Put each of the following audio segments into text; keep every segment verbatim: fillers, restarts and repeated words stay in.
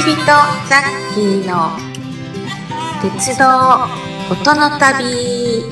人ザッキーの鉄道音の旅。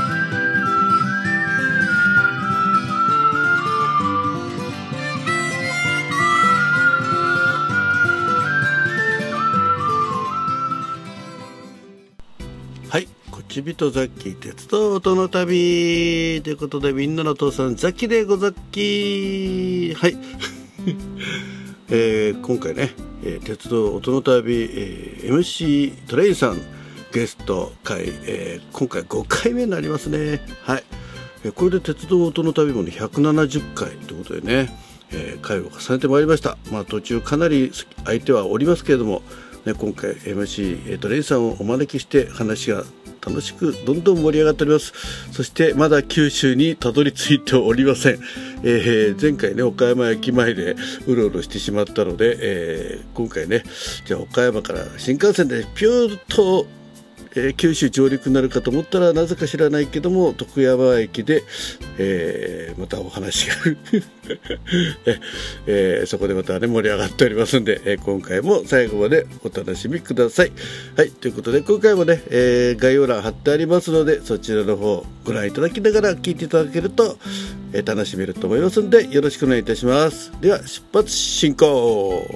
はい、こちびとザッキー鉄道音の旅ということで、みんなの父さんザッキーでござっきー。はい、えー、今回ね、えー、鉄道音の旅、えー、エムシー トレインさんゲスト会、えー、今回ごかいめになりますね。はい、えー、これで鉄道音の旅もねひゃくななじゅっかいということでね、えー、回を重ねてまいりました。まあ途中かなり相手はおりますけれどもね、今回 エムシー トレインさんをお招きして話が楽しくどんどん盛り上がっております。そしてまだ九州にたどり着いておりません。えー、前回ね岡山駅前でうろうろしてしまったので、えー、今回ねじゃあ岡山から新幹線でピューッと、えー、九州上陸になるかと思ったらなぜか知らないけども徳山駅で、えー、またお話がえ、えー、そこでまたね盛り上がっておりますんで、えー、今回も最後までお楽しみください。はい、ということで今回もね、えー、概要欄貼ってありますのでそちらの方ご覧いただきながら聞いていただけると、えー、楽しめると思いますのでよろしくお願いいたします。では出発進行。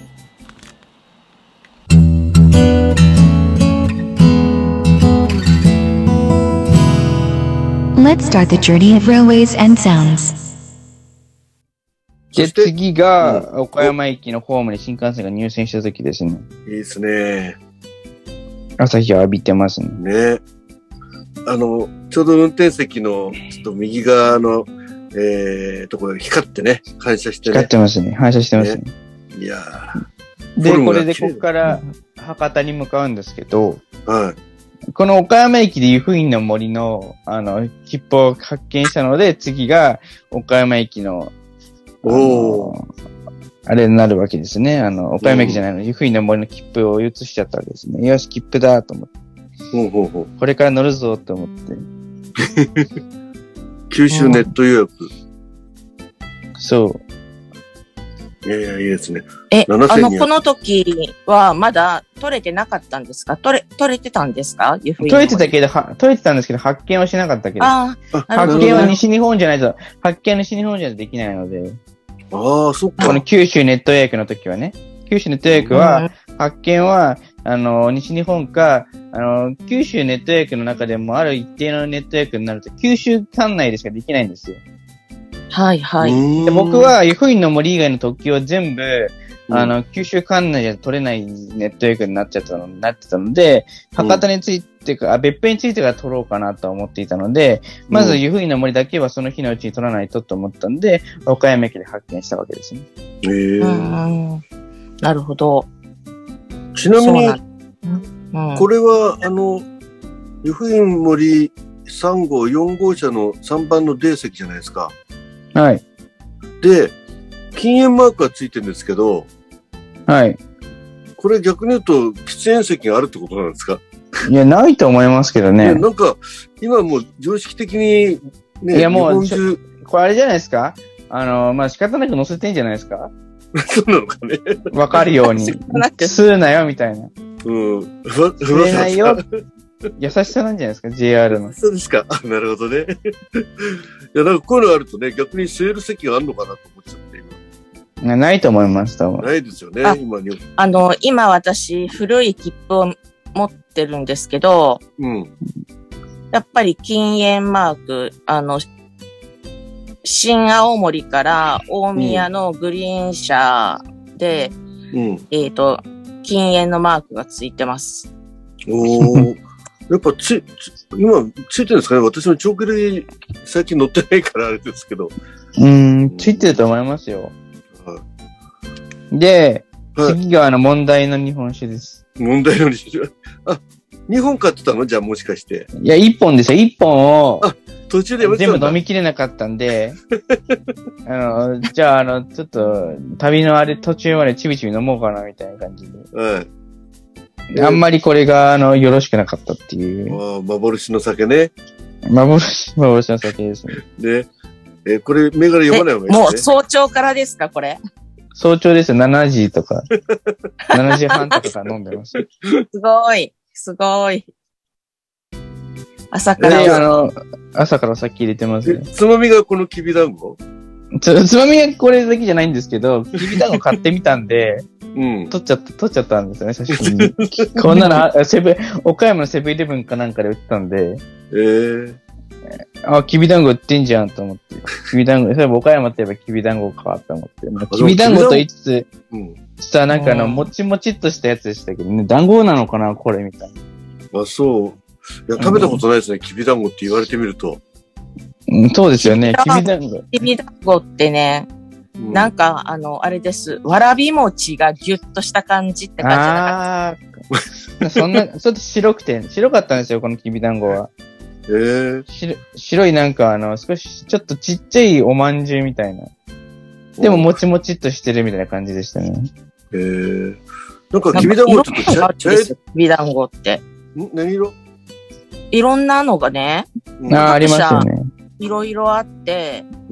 Let's start the journey of railways and sounds. で、次が、岡山駅のホームに新幹線が入線した時ですね。 いいですね。 朝日を浴びてますね。 ね。あの、ちょうど運転席のちょっと右側の、えー、ところが光ってね、反射してね。 光ってますね。反射してますね。ね、 いやー。で、これでここから博多に向かうんですけど、 はい。 この岡山駅で湯布院の森の、あの、切符を発見したので、次が岡山駅の、 おー。 あれになるわけですね。あの、岡山駅じゃないの、湯布院の森の切符を移しちゃったわけですね。よし、切符だと思って。 ほうほうほう。 これから乗るぞと思って。 九州ネット予約。 そう。 いやいや、いいですね。 え、あの、この時はまだ取れてなかったんですか？取れ、取れてたんですか？ 取れてたけど、は、取れてたんですけど、発見はしなかったけど。 ああ、発見は西日本じゃないと、発見の西日本じゃできないので。 ああ、そっか。 この九州ネット予約の時はね。九州ネット予約は、発見は、あの、西日本か、あの、九州ネット予約の中でもある一定のネット予約になると、九州管内でしかできないんですよ。 はいはい。 で僕は湯布院の森以外の特急は全部、あの、九州管内じゃ取れないネット予約になっちゃったの、なってたので、博多についてか、あ、別府についてから取ろうかなと思っていたので、まず湯布院の森だけはその日のうちに取らないとと思ったんで、岡山駅で発見したわけですね。 へー。 うん、なるほど。 ちなみに、うん、これは、あの、湯布院森さん号、よん号車のさんばんの D 席じゃないですか。 はい。 で、禁煙マークがついてるんですけど、 はい。 これ逆に言うと、喫煙席があるってことなんですか？ いや、ないと思いますけどね。 なんか、今もう常識的にね、 いやもう、これあれじゃないですか？あの、まあ、仕方なく載せてんじゃないですか？ そうなのかね。 わかるように。吸うなよ、みたいな。 うん。 吸えないよ。優しさなんじゃないですか、ジェイアール の。 そうですか。あ、なるほどね。いや、なんかこういうのあるとね、逆に吸える席があるのかなと思っちゃって、 今。ないと思います、多分。 ないですよね、今に。 あの、今私、古い切符を持ってるんですけど、 うん。 やっぱり禁煙マーク、あの、新青森から大宮のグリーン車で、 うん、 えっと、禁煙のマークがついてます。 おー。やっぱつ、今、ついてるんですかね？私も長距離最近乗ってないからあれですけど。 うーん、ついてると思いますよ。はい、で、はい、次があの問題の日本酒です。 問題の日本酒。あ、にほん買ってたの？じゃあもしかして。 いや、いっぽんですよ。いっぽんを。 あ、途中でやめてたんだ。 全部飲みきれなかったんで、あの、じゃああの、ちょっと、旅のあれ途中までちびちび飲もうかなみたいな感じで。 はい。 あんまりこれが、あの、よろしくなかったっていう。 ああ、幻の酒ね。 幻、幻の酒ですね。 で、えー、これ、銘柄読まない方がいいですね。 もう早朝からですか、これ。 早朝ですよ、しちじとか。しちじはんとかから飲んでます。 すごい。すごい。朝かで、 ら。 あの、朝からお酒入れてますね。 つまみがこのきびだんご？ つ、つまみはこれだけじゃないんですけど、きびだんご買ってみたんで、 うん。 撮っちゃった、撮っちゃったんですよね、写真に。こんなの、セブン、岡山のセブンイレブンかなんかで売ってたんで、 ええー。 あ、きびだんご売ってんじゃんと思って。きびだんご、そういえば岡山って言えばきびだんごかと思って。まあ、きびだんごと言いつつ、うん。さ、なんかあの、もちもちっとしたやつでしたけどね、団子なのかなこれみたいな。 あ、そう。いや、食べたことないですね、きびだんごって言われてみると。 うん、そうですよね、きびだんご。 きびだんごってね、うん、なんか、あの、あれです。わらび餅がギュッとした感じって感じじゃなかった。ああ。そんな、ちょっと白くて、白かったんですよ、このきびだんごは。 えー、 白白いなんかあの、少し、ちょっとちっちゃいおまんじゅうみたいな。でももちもちっとしてるみたいな感じでしたね。 へえー。なんかきびだんごちょっと茶、茶きびだんごって。 ん何色？ いろんなのがね。 うん、ああ、ありますよね。 いろいろあって、うん、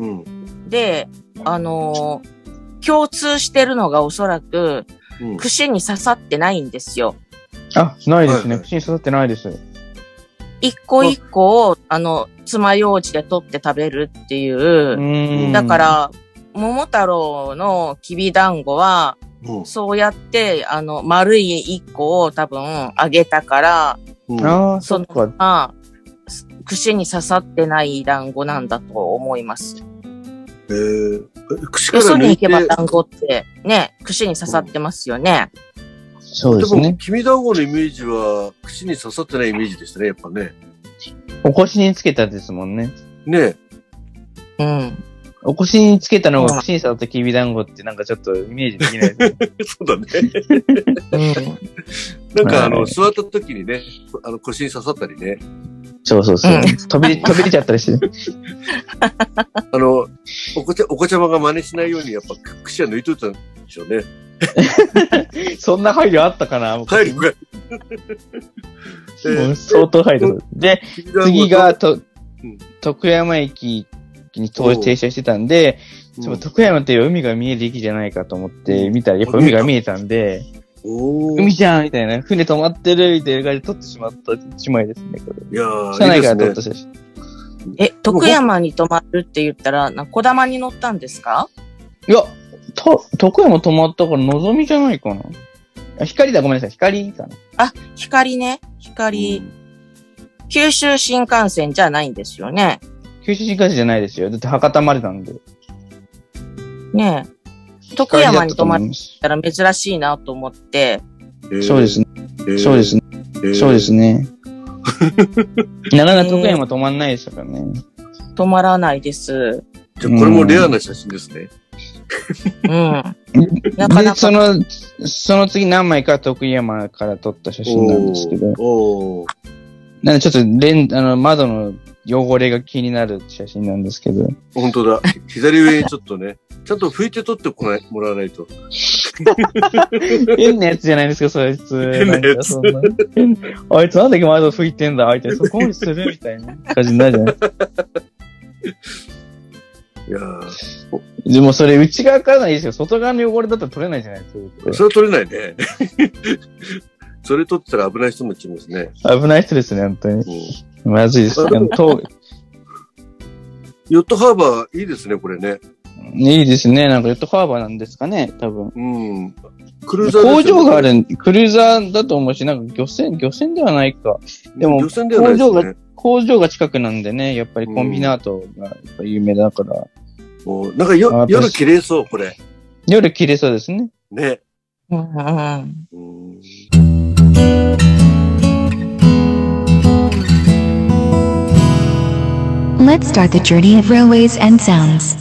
で、あのー、共通してるのがおそらく、うん、串に刺さってないんですよ。 あ、ないですね。はいはい、串に刺さってないです。 一個一個を、あの、爪楊枝で取って食べるっていう。うだから、桃太郎のきびだんごは、うん、そうやって、あの、丸い一個を多分揚げたから、 うん、あそのまあ、串に刺さってない団子なんだと思います。 へー、串からよそに行けば団子ってね、串に刺さってますよね。 うん、そうですね。 でも、きびだんごのイメージは、串に刺さってないイメージでしたね、やっぱね。 お腰につけたですもんね。 ねえ。うん。 お腰につけたのが串に刺さったきびだんごってなんかちょっとイメージできないですね。 そうだね。うん、なんかあの、座った時にね、あの腰に刺さったりね。 そうそうそう。うん、飛び、飛び出ちゃったりして。 あの、おこちゃ、お子ちゃまが真似しないようにやっぱ串は抜いといたんでしょうね。 そんな配慮あったかな配慮が。 もう相当配慮。で、次がと、うん、徳山駅に停車してたんで、うん、徳山っていう海が見える駅じゃないかと思って見たら、やっぱ海が見えたんで、海じゃんみたいな、船止まってるみたいな感じで撮ってしまった一枚ですね、これ。 いやー、 車内から撮った写真。 え、徳山に泊まるって言ったら、な、小玉に乗ったんですか？ いや、と、徳山泊まったから、のぞみじゃないかな。あ、光だ、ごめんなさい、光かな。 あ、光ね。光。うん、九州新幹線じゃないんですよね。 九州新幹線じゃないですよ。だって博多までなんで。 ねえ。徳山に泊まったら珍しいなと思って。 そうですね。そうですね。そうですね。なかなか徳山泊まんないでしたからね。 泊まらないです。 じゃあこれもレアな写真ですね。 うん。 なかなかその、その次何枚か徳山から撮った写真なんですけど。おー。なんでちょっとレン、あの、窓の汚れが気になる写真なんですけど。 本当だ。左上にちょっとね、ちゃんと拭いて撮ってこない、もらわないと。 変なやつじゃないですか、そいつ。 変なやつ。 あいつなんだっけ窓拭いてんだ、あいつそこまでするみたいな感じになるじゃないいやー。 でもそれ内側からないですよ。外側の汚れだったら取れないじゃないですか。 それは取れないね。それ取ってたら危ない人もいますね。 危ない人ですね、本当に。うん、まずいです。ヨットハーバーいいですね、これね。 いいですね。なんかヨットハーバーなんですかね、多分。 うん。クルーザー、 ね、工場がある、クルーザーだと思うし、なんか漁船、漁船ではないか。でも、 漁船ではないですね、 工場が、工場が近くなんでね、やっぱりコンビナートがやっぱ有名だから。 うん、なんかよ夜綺麗そう、これ。 夜綺麗そうですね。 ね。 うん。 Let's start the journey of railways and sounds.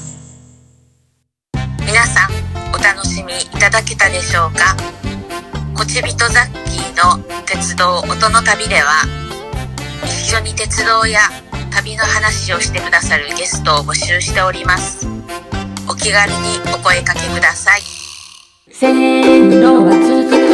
皆さんお楽しみいただけたでしょうか。こちびとザッキーの鉄道音の旅では、一緒に鉄道や旅の話をしてくださるゲストを募集しております。お気軽にお声かけください。 線路は続く